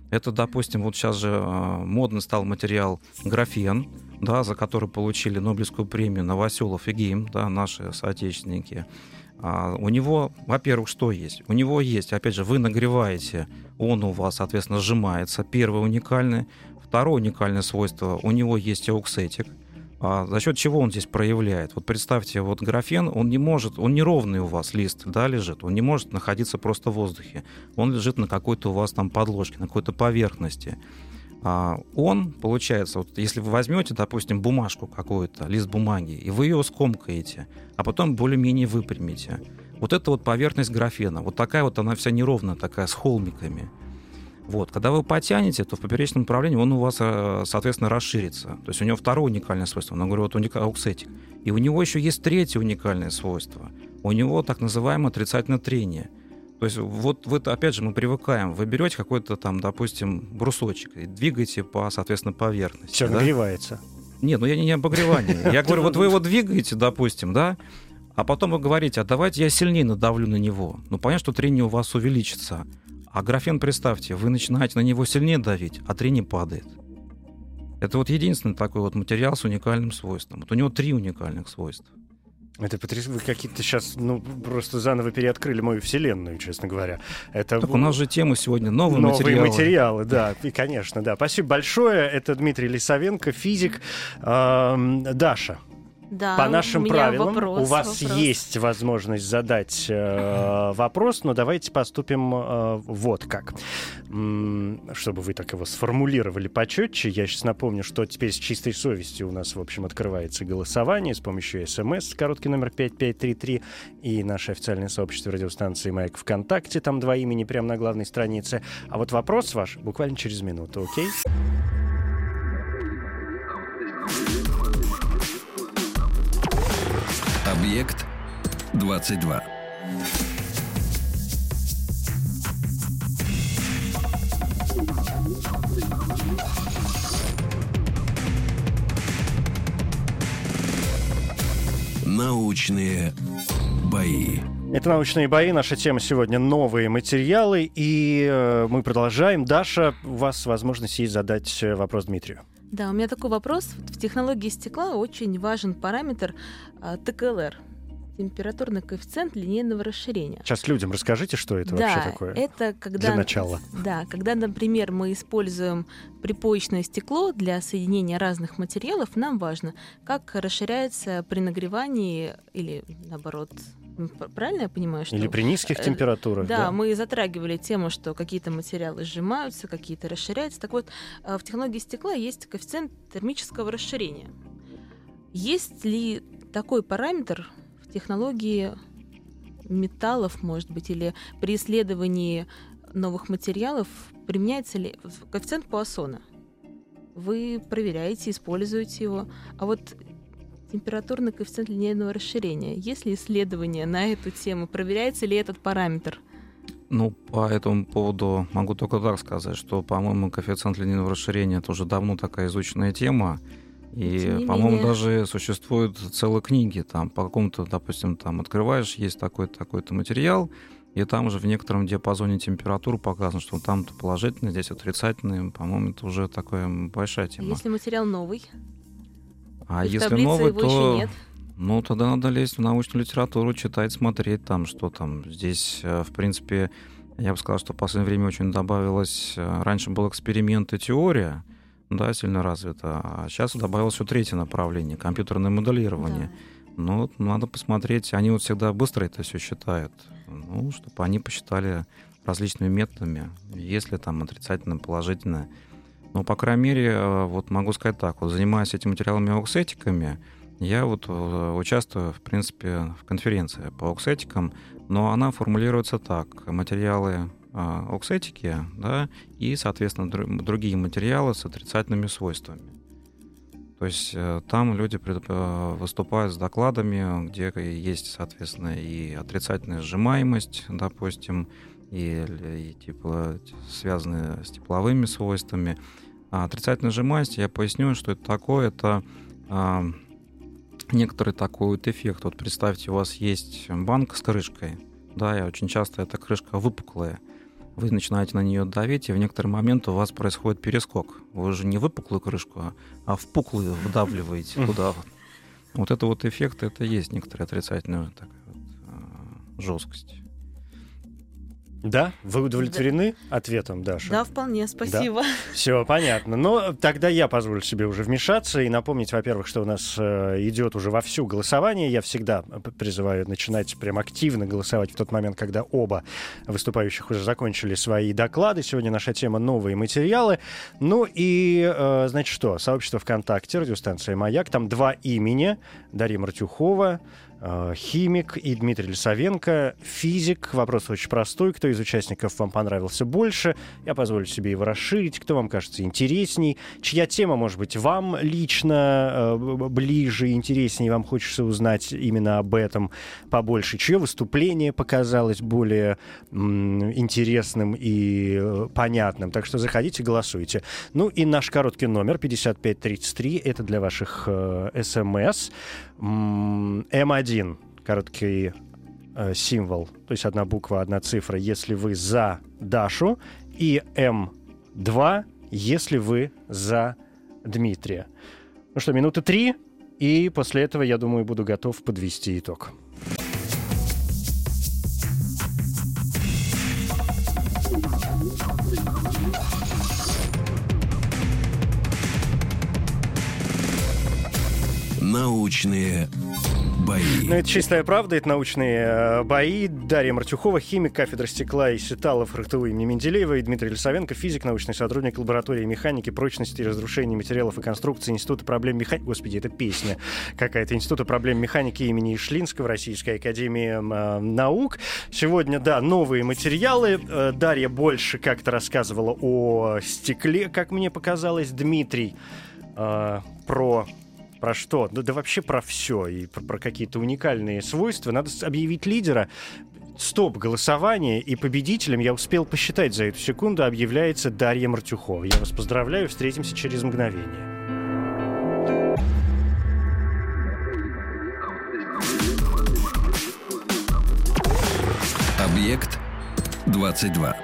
Это, допустим, вот сейчас же модно стал материал графен, да, за который получили Нобелевскую премию Новоселов и Гейм, да, наши соотечественники. А у него, во-первых, что есть? У него есть, опять же, вы нагреваете, он у вас, соответственно, сжимается. Первое уникальное. Второе уникальное свойство, у него есть ауксетик. А за счет чего он здесь проявляет? Вот представьте, вот графен, он не может, он неровный у вас лист, да, лежит, он не может находиться просто в воздухе. Он лежит на какой-то у вас там подложке, на какой-то поверхности. А он, получается, вот если вы возьмете, допустим, бумажку какую-то, лист бумаги, и вы ее скомкаете, а потом более-менее выпрямите. Вот это вот поверхность графена. Вот такая вот она вся неровная, такая с холмиками. Вот. Когда вы потянете, то в поперечном направлении он у вас, соответственно, расширится. То есть у него второе уникальное свойство. Я говорю, вот уник... ауксетик. И у него еще есть третье уникальное свойство. У него так называемое отрицательное трение. То есть вот, вот опять же мы привыкаем. Вы берете какой-то там, допустим, брусочек и двигаете по, соответственно, поверхности. Все да? Нагревается. Нет, ну я не обогревание. Я говорю, вот вы его двигаете, допустим, да, а потом вы говорите, а давайте я сильнее надавлю на него. Ну понятно, что трение у вас увеличится. А графен, представьте, вы начинаете на него сильнее давить, а трение падает. Это вот единственный такой вот материал с уникальным свойством. Вот у него три уникальных свойства. Это потрясающе. Вы какие-то сейчас, ну, просто заново переоткрыли мою вселенную, честно говоря. Это... Так у нас же тема сегодня новые, новые материалы. материалы, да, и, конечно, да. Спасибо большое. Это Дмитрий Лисовенко, физик. Эм, Даша. Да, по нашим у меня правилам вопрос, у вас вопрос. есть возможность задать э, вопрос, но давайте поступим э, вот как. М-м, чтобы вы так его сформулировали почетче, я сейчас напомню, что теперь с чистой совестью у нас, в общем, открывается голосование с помощью СМС, короткий номер пять пять три три, и наше официальное сообщество радиостанции «Маяк» ВКонтакте, там два имени прямо на главной странице. А вот вопрос ваш буквально через минуту, окей? Объект двадцать два. Научные бои. Это «Научные бои». Наша тема сегодня — новые материалы. И э, мы продолжаем. Даша, у вас возможность есть задать вопрос Дмитрию. Да, у меня такой вопрос. В технологии стекла очень важен параметр а, тэ ка эл эр. Температурный коэффициент линейного расширения. Сейчас людям расскажите, что это да, вообще такое. Это когда, для начала. Да, когда, например, мы используем припоечное стекло для соединения разных материалов, нам важно, как расширяется при нагревании или, наоборот, правильно я понимаю, что... Или при низких температурах. Да, да, мы затрагивали тему, что какие-то материалы сжимаются, какие-то расширяются. Так вот, в технологии стекла есть коэффициент термического расширения. Есть ли такой параметр в технологии металлов, может быть, или при исследовании новых материалов, применяется ли коэффициент Пуассона? Вы проверяете, используете его. А вот температурный коэффициент линейного расширения. Есть ли исследования на эту тему? Проверяется ли этот параметр? Ну, по этому поводу могу только так сказать, что, по-моему, коэффициент линейного расширения — это уже давно такая изученная тема. И, по-моему, менее... даже существуют целые книги. Там по какому-то, допустим, там открываешь, есть такой-то, такой-то материал, и там уже в некотором диапазоне температур показано, что там-то положительный, здесь отрицательный. По-моему, это уже такая большая тема. А если материал новый? А и если новый, его то еще нет? Ну, тогда надо лезть в научную литературу, читать, смотреть там, что там. Здесь, в принципе, я бы сказал, что в последнее время очень добавилось... Раньше был эксперимент и теория, да, сильно развита, а сейчас добавилось еще третье направление — компьютерное моделирование. Да. Ну, вот надо посмотреть. Они вот всегда быстро это все считают. Ну, чтобы они посчитали различными методами, если там отрицательное, положительное. Ну, по крайней мере, вот могу сказать так, вот занимаясь этими материалами ауксетиками, я вот участвую, в принципе, в конференции по ауксетикам, но она формулируется так: материалы ауксетики, да, и, соответственно, другие материалы с отрицательными свойствами. То есть там люди выступают с докладами, где есть, соответственно, и отрицательная сжимаемость, допустим, и, и типа, связанные с тепловыми свойствами. А отрицательная сжимаемость, я поясню, что это такое. Это а, некоторый такой вот эффект. Вот представьте, у вас есть банка с крышкой, да, и очень часто эта крышка выпуклая. вы начинаете на нее давить, и в некоторый момент у вас происходит перескок. Вы же не выпуклую крышку, а впуклую вдавливаете туда. Вот это вот эффект, это есть некоторая отрицательная такая вот, жесткость. Да? Вы удовлетворены да. ответом, Даша? Да, вполне, спасибо. Да. Все понятно. Но тогда я позволю себе уже вмешаться и напомнить, во-первых, что у нас э, идет уже вовсю голосование. Я всегда призываю начинать прям активно голосовать в тот момент, когда оба выступающих уже закончили свои доклады. Сегодня наша тема — новые материалы. Ну и, э, значит что, сообщество ВКонтакте, радиостанция «Маяк». Там два имени. Дарья Мартюхова, химик, и Дмитрий Лисовенко, физик. Вопрос очень простой. Кто из участников вам понравился больше? Я позволю себе его расширить. Кто вам кажется интересней? Чья тема, может быть, вам лично э, ближе, интереснее? Вам хочется узнать именно об этом побольше? Чье выступление показалось более м, интересным и э, понятным? Так что заходите, голосуйте. Ну и наш короткий номер пятьдесят пять тридцать три. Это для ваших э, смс. эм один, короткий э, символ, то есть одна буква, одна цифра, если вы за Дашу, и эм два, если вы за Дмитрия. Ну что, минуты три, и после этого, я думаю, буду готов подвести итог. Научные бои. Ну, это чистая правда, это научные э, бои. Дарья Мартюхова, химик, кафедра стекла и сеталов РТУ имени Менделеева, и Дмитрий Лисовенко, физик, научный сотрудник лаборатории механики, прочности и разрушения материалов и конструкций Института проблем механики. Господи, это песня какая-то. Института проблем механики имени Ишлинского, Российской академии э, наук. Сегодня, да, новые материалы. Э, Дарья больше как-то рассказывала о стекле, как мне показалось. Дмитрий э, про... Про что? Да, да вообще про все. И про, про какие-то уникальные свойства. Надо объявить лидера. Стоп голосование. И победителем, я успел посчитать за эту секунду, объявляется Дарья Мартюхова. Я вас поздравляю. Встретимся через мгновение. Объект двадцать два.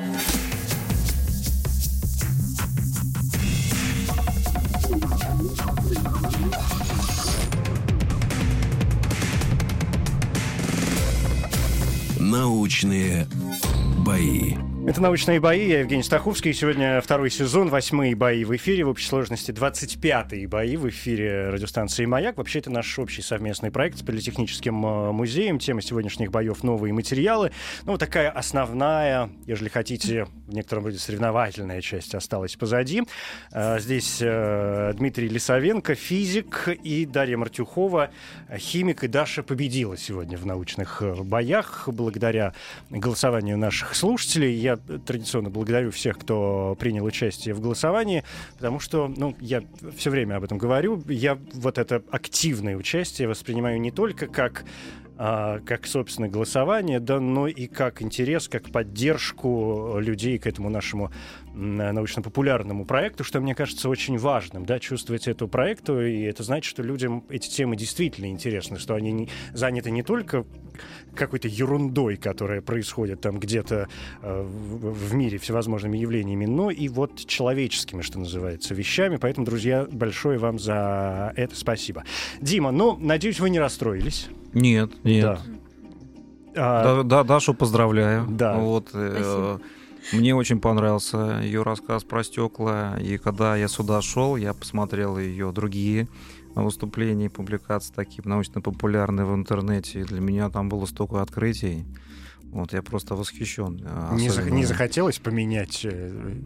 Научные бои. Это «Научные бои». Я Евгений Стаховский. Сегодня второй сезон, восьмые бои в эфире. В общей сложности двадцать пятые бои в эфире радиостанции «Маяк». Вообще, это наш общий совместный проект с Политехническим музеем. Тема сегодняшних боев — новые материалы. Ну, вот такая основная, если хотите, в некотором роде соревновательная часть осталась позади. Здесь Дмитрий Лисовенко, физик, и Дарья Мартюхова, химик. И Даша победила сегодня в научных боях благодаря голосованию наших слушателей. Я традиционно благодарю всех, кто принял участие в голосовании, потому что, ну, я все время об этом говорю, я вот это активное участие воспринимаю не только как, а, как собственно, голосование, да, но и как интерес, как поддержку людей к этому нашему научно-популярному проекту, что мне кажется очень важным, да, чувствовать эту проекту, и это значит, что людям эти темы действительно интересны, что они не, заняты не только какой-то ерундой, которая происходит там где-то э, в, в мире всевозможными явлениями, но и вот человеческими, что называется, вещами. Поэтому, друзья, большое вам за это спасибо. Дима, ну, надеюсь, вы не расстроились. Нет, нет. Да. А, да, да, Дашу поздравляю. Да. Вот, э, мне очень понравился ее рассказ про стекла, и когда я сюда шел, я посмотрел ее другие выступления, публикации такие научно-популярные в интернете, и для меня там было столько открытий. Вот, я просто восхищен. Не, зах- не захотелось поменять э,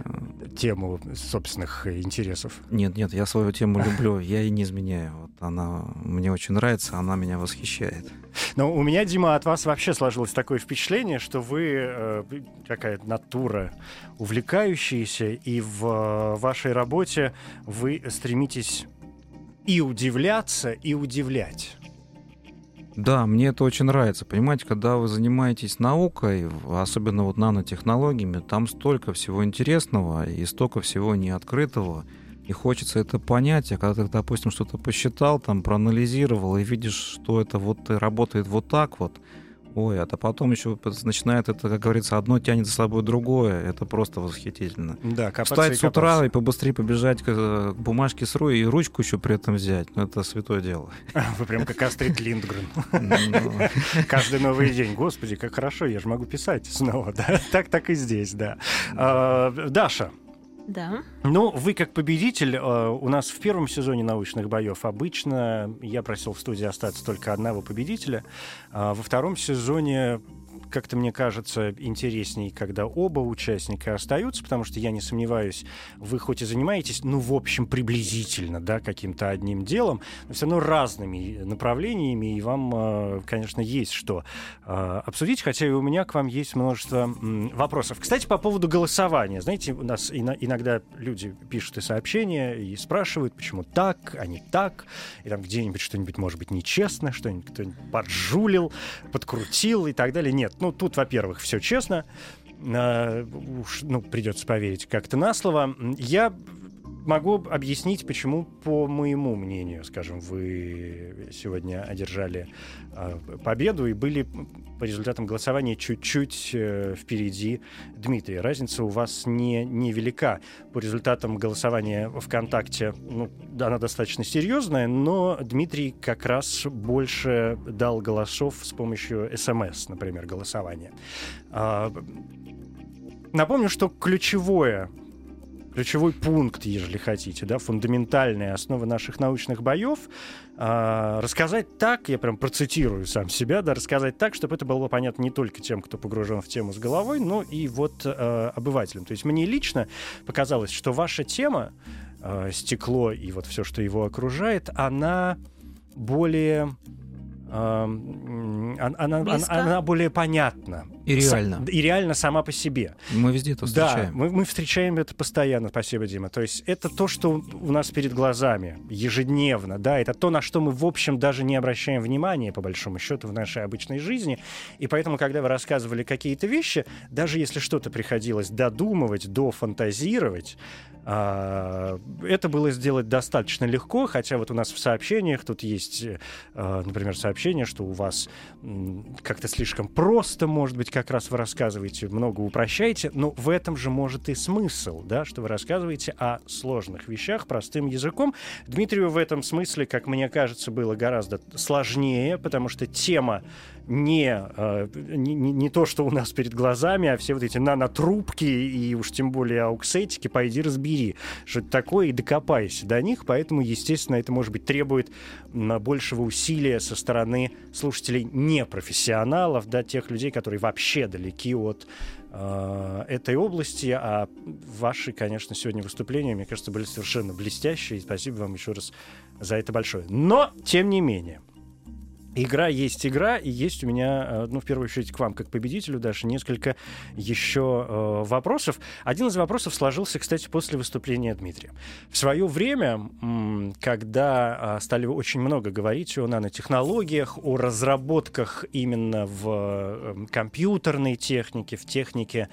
тему собственных интересов? Нет, нет, я свою тему люблю, я ей не изменяю. Вот она мне очень нравится, она меня восхищает. Но у меня, Дима, от вас вообще сложилось такое впечатление, что вы э, какая-то натура увлекающаяся, и в э, вашей работе вы стремитесь и удивляться, и удивлять. Да, мне это очень нравится. Понимаете, когда вы занимаетесь наукой, особенно вот нанотехнологиями, там столько всего интересного и столько всего неоткрытого, и хочется это понять. А когда ты, допустим, что-то посчитал, там, проанализировал, и видишь, что это вот работает вот так вот, Ой, а то потом еще начинает это, как говорится, одно тянет за собой другое. Это просто восхитительно. Да, копаться Встать и с утра копаться. и побыстрее побежать к, к бумажке с рулем и ручку еще при этом взять. Ну, это святое дело. Вы прям как Астрид Линдгрен. Ну, Каждый новый день. Господи, как хорошо, я же могу писать снова. Да? Так, так и здесь, да. А, Даша, Да. ну, вы как победитель, э, у нас в первом сезоне научных боев обычно я просил в студии остаться только одного победителя, а во втором сезоне как-то, мне кажется, интересней, когда оба участника остаются, потому что, я не сомневаюсь, вы хоть и занимаетесь, ну, в общем, приблизительно, да, каким-то одним делом, но все равно разными направлениями, и вам, э, конечно, есть что э, обсудить, хотя и у меня к вам есть множество м, вопросов. Кстати, по поводу голосования. Знаете, у нас ино- иногда люди пишут и сообщения, и спрашивают, почему так, а не так, и там где-нибудь что-нибудь, может быть, нечестно, что-нибудь кто-нибудь поджулил, подкрутил и так далее. Нет, ну, тут, во-первых, все честно. А, уж, ну, придется поверить как-то на слово. Я могу объяснить, почему, по моему мнению, скажем, вы сегодня одержали а, победу и были по результатам голосования чуть-чуть э, впереди Дмитрия. Разница у вас не, не велика. По результатам голосования ВКонтакте, ну, она достаточно серьезная, но Дмитрий как раз больше дал голосов с помощью СМС, например, голосования. А, напомню, что ключевое Ключевой пункт, ежели хотите, да, фундаментальная основа наших научных боев э, рассказать так, я прям процитирую сам себя, да, рассказать так, чтобы это было понятно не только тем, кто погружен в тему с головой, но и вот э, обывателям. То есть мне лично показалось, что ваша тема, э, стекло и вот все, что его окружает, она более... Она, она, она более понятна. И реально. И реально сама по себе. Мы везде это встречаем. Да, мы, мы встречаем это постоянно, спасибо, Дима. То есть это то, что у нас перед глазами ежедневно, да, это то, на что мы, в общем, даже не обращаем внимания, по большому счету, в нашей обычной жизни. И поэтому, когда вы рассказывали какие-то вещи, даже если что-то приходилось додумывать, дофантазировать, это было сделать достаточно легко, хотя вот у нас в сообщениях тут есть, например, сообщение, что у вас как-то слишком просто, может быть, как раз вы рассказываете, много упрощаете, но в этом же может и смысл, да, что вы рассказываете о сложных вещах простым языком. Дмитрию в этом смысле, как мне кажется, было гораздо сложнее, потому что тема не, не, не то, что у нас перед глазами, а все вот эти нанотрубки и уж тем более ауксетики, пойди разбери, что это такое, и докопайся до них, поэтому, естественно, это, может быть, требует большего усилия со стороны слушателей непрофессионалов, да, тех людей, которые вообще далеки от э, этой области, а ваши, конечно, сегодня выступления, мне кажется, были совершенно блестящие, и спасибо вам еще раз за это большое. Но, тем не менее, игра есть игра, и есть у меня, ну, в первую очередь, к вам, как победителю, Даша, несколько еще э, вопросов. Один из вопросов сложился, кстати, после выступления Дмитрия. В свое время, м, когда э, стали очень много говорить о нанотехнологиях, о разработках именно в э, компьютерной технике, в технике,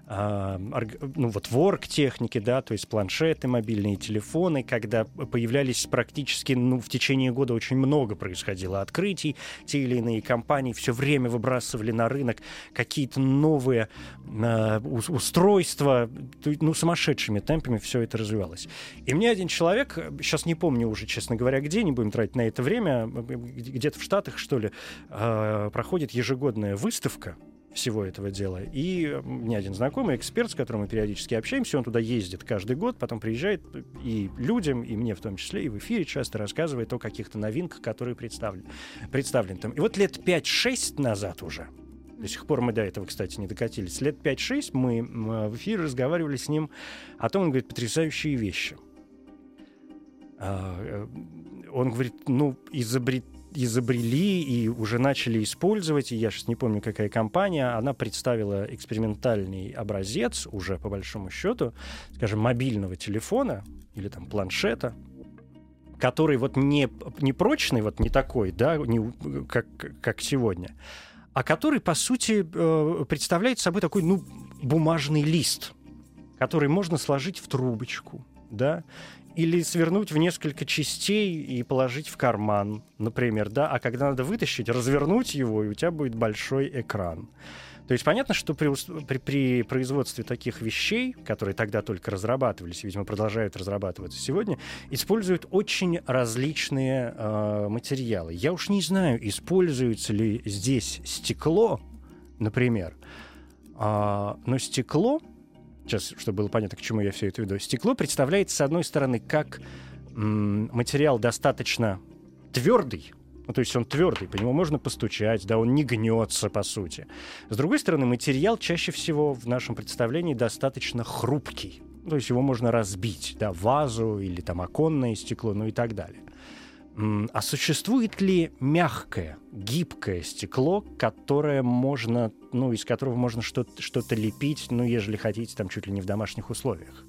ну вот ворк-техники, да, то есть планшеты, мобильные телефоны, когда появлялись практически, ну, в течение года очень много происходило открытий, те или иные компании все время выбрасывали на рынок какие-то новые э, устройства, ну, сумасшедшими темпами все это развивалось. И мне один человек, сейчас не помню уже, честно говоря, где, не будем тратить на это время, где-то в Штатах, что ли, э, проходит ежегодная выставка всего этого дела. И мне один знакомый, эксперт, с которым мы периодически общаемся, он туда ездит каждый год, потом приезжает и людям, и мне в том числе, и в эфире часто рассказывает о каких-то новинках, которые представлены, представлены там. И вот лет пять-шесть назад уже, до сих пор мы до этого, кстати, не докатились, лет пять-шесть мы в эфире разговаривали с ним о том, он говорит, потрясающие вещи. Он говорит, ну, изобрет изобрели и уже начали использовать, и я сейчас не помню, какая компания, она представила экспериментальный образец уже, по большому счету, скажем, мобильного телефона или там планшета, который вот не, не прочный, вот не такой, да, не, как, как сегодня, а который, по сути, представляет собой такой, ну, бумажный лист, который можно сложить в трубочку, да, или свернуть в несколько частей и положить в карман, например, да, а когда надо вытащить, развернуть его, и у тебя будет большой экран. То есть понятно, что при, при, при производстве таких вещей, которые тогда только разрабатывались, видимо, продолжают разрабатываться сегодня, используют очень различные э, материалы. Я уж не знаю, используется ли здесь стекло, например, э, но стекло, сейчас, чтобы было понятно, к чему я все это веду, стекло представляется, с одной стороны, как м, материал достаточно твердый. Ну, то есть он твердый, по нему можно постучать, да, он не гнется, по сути. С другой стороны, материал чаще всего в нашем представлении достаточно хрупкий. То есть его можно разбить, да, вазу или там оконное стекло, ну и так далее. А существует ли мягкое, гибкое стекло, которое можно, ну, из которого можно что-то, что-то лепить, ну, ежели хотите, там чуть ли не в домашних условиях?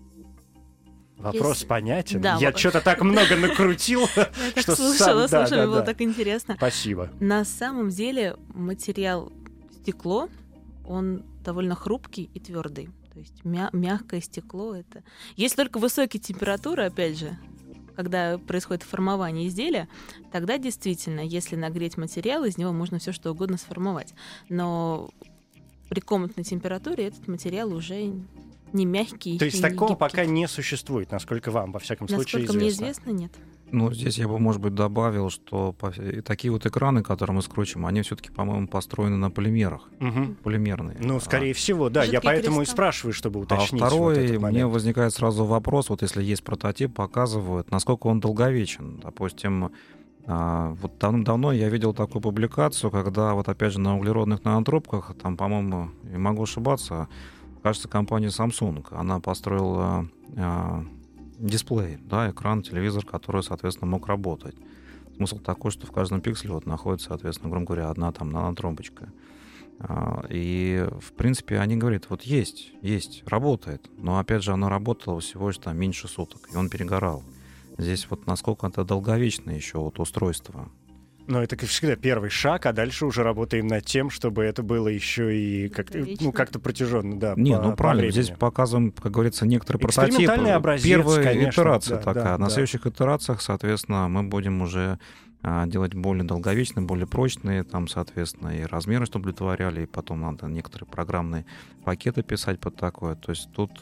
Вопрос Есть... понятен. Да, Я вот... что-то так много накрутил, я что так слушала, сам... слушала, да, да, было да. так интересно. Спасибо. На самом деле материал стекло, он довольно хрупкий и твердый. То есть мя- мягкое стекло это... Есть только высокие температуры, опять же, когда происходит формование изделия, тогда действительно, если нагреть материал, из него можно все что угодно сформовать. Но при комнатной температуре этот материал уже... не мягкий. То есть и такого не пока не существует, насколько вам, во всяком случае, Насколько известно. мне известно, нет. Ну, здесь я бы, может быть, добавил, что по... такие вот экраны, которые мы скручиваем, они все-таки, по-моему, построены на полимерах. Угу. Полимерные. Ну, скорее а... всего, да. Я поэтому кристалл. и спрашиваю, чтобы уточнить. А второй, вот этот мне возникает сразу вопрос, вот если есть прототип, показывают, насколько он долговечен. Допустим, а, вот давно я видел такую публикацию, когда вот опять же на углеродных нанотропках, там, по-моему, я могу ошибаться, кажется, компания Samsung, она построила а, дисплей, да, экран, телевизор, который, соответственно, мог работать. Смысл такой, что в каждом пикселе вот находится, соответственно, грубо говоря, одна там нанотромбочка. А, и, в принципе, они говорят, вот есть, есть, работает, но, опять же, оно работало всего лишь там меньше суток, и он перегорал. Здесь вот насколько это долговечное еще вот устройство. Но это, как всегда, первый шаг, а дальше уже работаем над тем, чтобы это было еще и как-то, ну, как-то протяженно, да. Не, по, ну по правильно, времени. здесь показываем, как говорится, некоторые прототипы. Экспериментальный образец, Первая конечно, итерация да, такая. да, На да. следующих итерациях, соответственно, мы будем уже а, делать более долговечные, более прочные, там, соответственно, и размеры, чтобы удовлетворяли, и потом надо некоторые программные пакеты писать под такое. То есть тут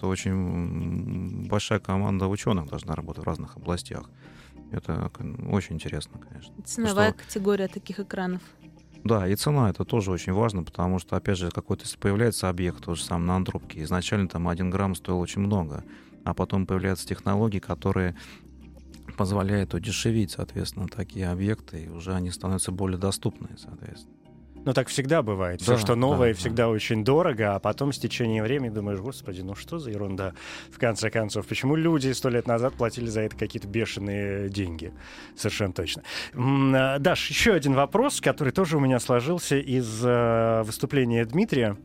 очень большая команда ученых должна работать в разных областях. Это очень интересно, конечно. Ценовая что... категория таких экранов. Да, и цена это тоже очень важно, потому что, опять же, какой-то если появляется объект, тот же самый на антропке, изначально там один грамм стоил очень много, а потом появляются технологии, которые позволяют удешевить, соответственно, такие объекты, и уже они становятся более доступны, соответственно. Ну, так всегда бывает. Да, Все, что новое, да, всегда да. очень дорого, а потом с течением времени думаешь, господи, ну что за ерунда, в конце концов. Почему люди сто лет назад платили за это какие-то бешеные деньги? Совершенно точно. М, Даш, еще один вопрос, который тоже у меня сложился из э, выступления Дмитрия.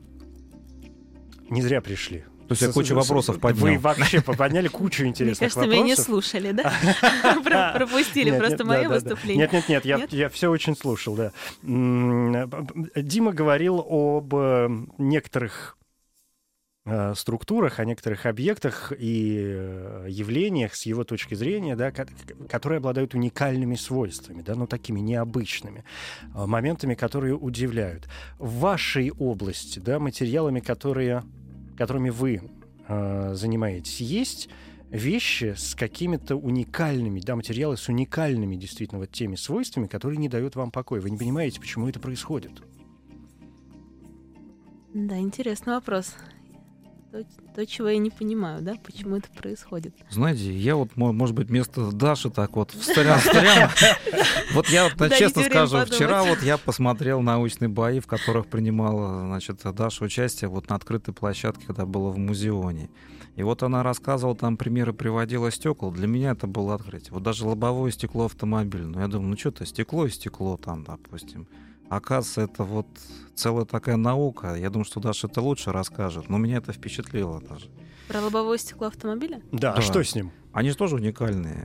Не зря пришли. То есть я кучу вопросов поднял. Вы вообще подняли кучу Мне интересных кажется, вопросов. меня не слушали, да? Про- Пропустили Нет, просто нет, мое да, да, да. выступление. Нет, нет, нет, я, Нет? я все очень слушал, да. М, Дима говорил об э, некоторых э, структурах, о некоторых объектах и э, явлениях с его точки зрения, да, ко- которые обладают уникальными свойствами, да, ну такими необычными э, моментами, которые удивляют. В вашей области, да, материалами, которые, которыми вы э, занимаетесь, есть вещи с какими-то уникальными, да, материалы с уникальными действительно вот теми свойствами, которые не дают вам покоя. Вы не понимаете, почему это происходит. Да, интересный вопрос. То, то, чего я не понимаю, да, почему это происходит. Знаете, я вот, мо- может быть, вместо Даши так вот встрял, встрял. Вот я вот, Дайте честно время скажу, подумать. вчера вот я посмотрел научные бои, в которых принимала, значит, Даша участие вот на открытой площадке, когда было в Музеоне. И вот она рассказывала, там примеры приводила стекол. Для меня это было открытие. Вот даже лобовое стекло автомобильное. Я думаю, ну что-то стекло и стекло там, допустим. Оказывается, это вот целая такая наука. Я думаю, что Даша это лучше расскажет. Но меня это впечатлило даже. Про лобовое стекло автомобиля? Да, Да. а что с ним? Они же тоже уникальные.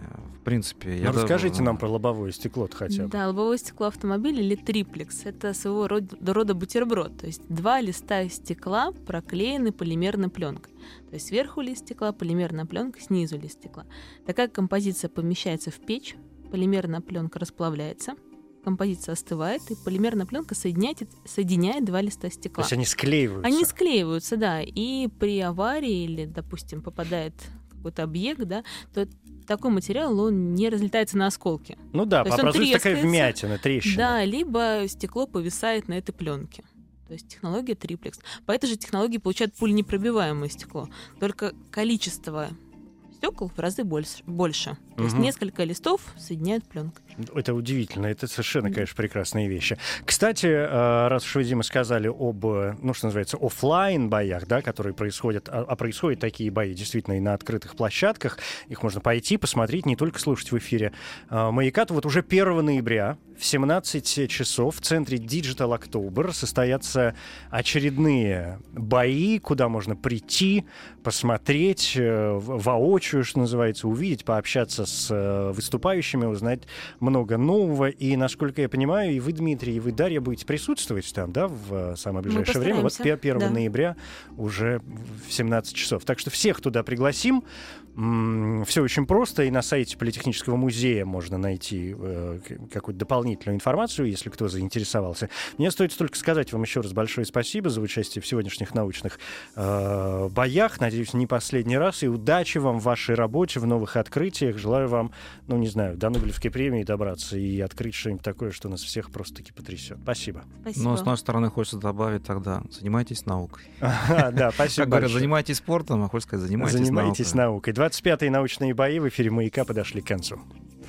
принципе... Ну, расскажите даже... нам про лобовое стекло хотя бы. Да, лобовое стекло автомобиля или триплекс — это своего рода, рода бутерброд. То есть два листа стекла проклеены полимерной пленкой. То есть сверху лист стекла, полимерная пленка, снизу лист стекла. Такая композиция помещается в печь, полимерная пленка расплавляется, композиция остывает, и полимерная пленка соединяет, соединяет два листа стекла. То есть они склеиваются? Они склеиваются, да. И при аварии или, допустим, попадает какой-то объект, да, то такой материал, он не разлетается на осколки. Ну да, образуется такая вмятина, трещина. Да, либо стекло повисает на этой пленке. То есть технология триплекс. По этой же технологии получают пуленепробиваемое стекло. Только количество стекол в разы больше. больше. То есть Мгм. несколько листов соединяют пленкой. Это удивительно, это совершенно, конечно, прекрасные вещи. Кстати, э, раз уж вы, Дима, сказали об, э, ну, что называется, оффлайн боях, да, которые происходят, а, а происходят такие бои действительно и на открытых площадках, их можно пойти, посмотреть, не только слушать в эфире э, «Маяка», то вот уже первого ноября в семнадцать часов в центре Digital October состоятся очередные бои, куда можно прийти, посмотреть э, воочию, что называется, увидеть, пообщаться с э, выступающими, узнать много нового. И, насколько я понимаю, и вы, Дмитрий, и вы, Дарья, будете присутствовать там, да, в самое ближайшее время. Вот первого ноября уже в семнадцать часов. Так что всех туда пригласим. Все очень просто, и на сайте Политехнического музея можно найти э, какую-то дополнительную информацию, если кто заинтересовался. Мне стоит только сказать вам еще раз большое спасибо за участие в сегодняшних научных э, боях. Надеюсь, не последний раз. И удачи вам в вашей работе, в новых открытиях. Желаю вам, ну, не знаю, до Нобелевской премии добраться и открыть что-нибудь такое, что нас всех просто-таки потрясет. Спасибо. Спасибо. Но с нашей стороны хочется добавить тогда: занимайтесь наукой. Да, спасибо. Как говорят, занимайтесь спортом, а хочется сказать, занимайтесь наукой. Занимайтесь наукой. двадцать пятые научные бои в эфире «Маяка» подошли к концу.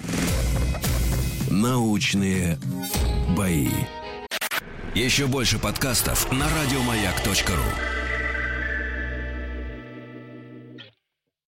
Научные бои. Еще больше подкастов на радиомаяк точка ру.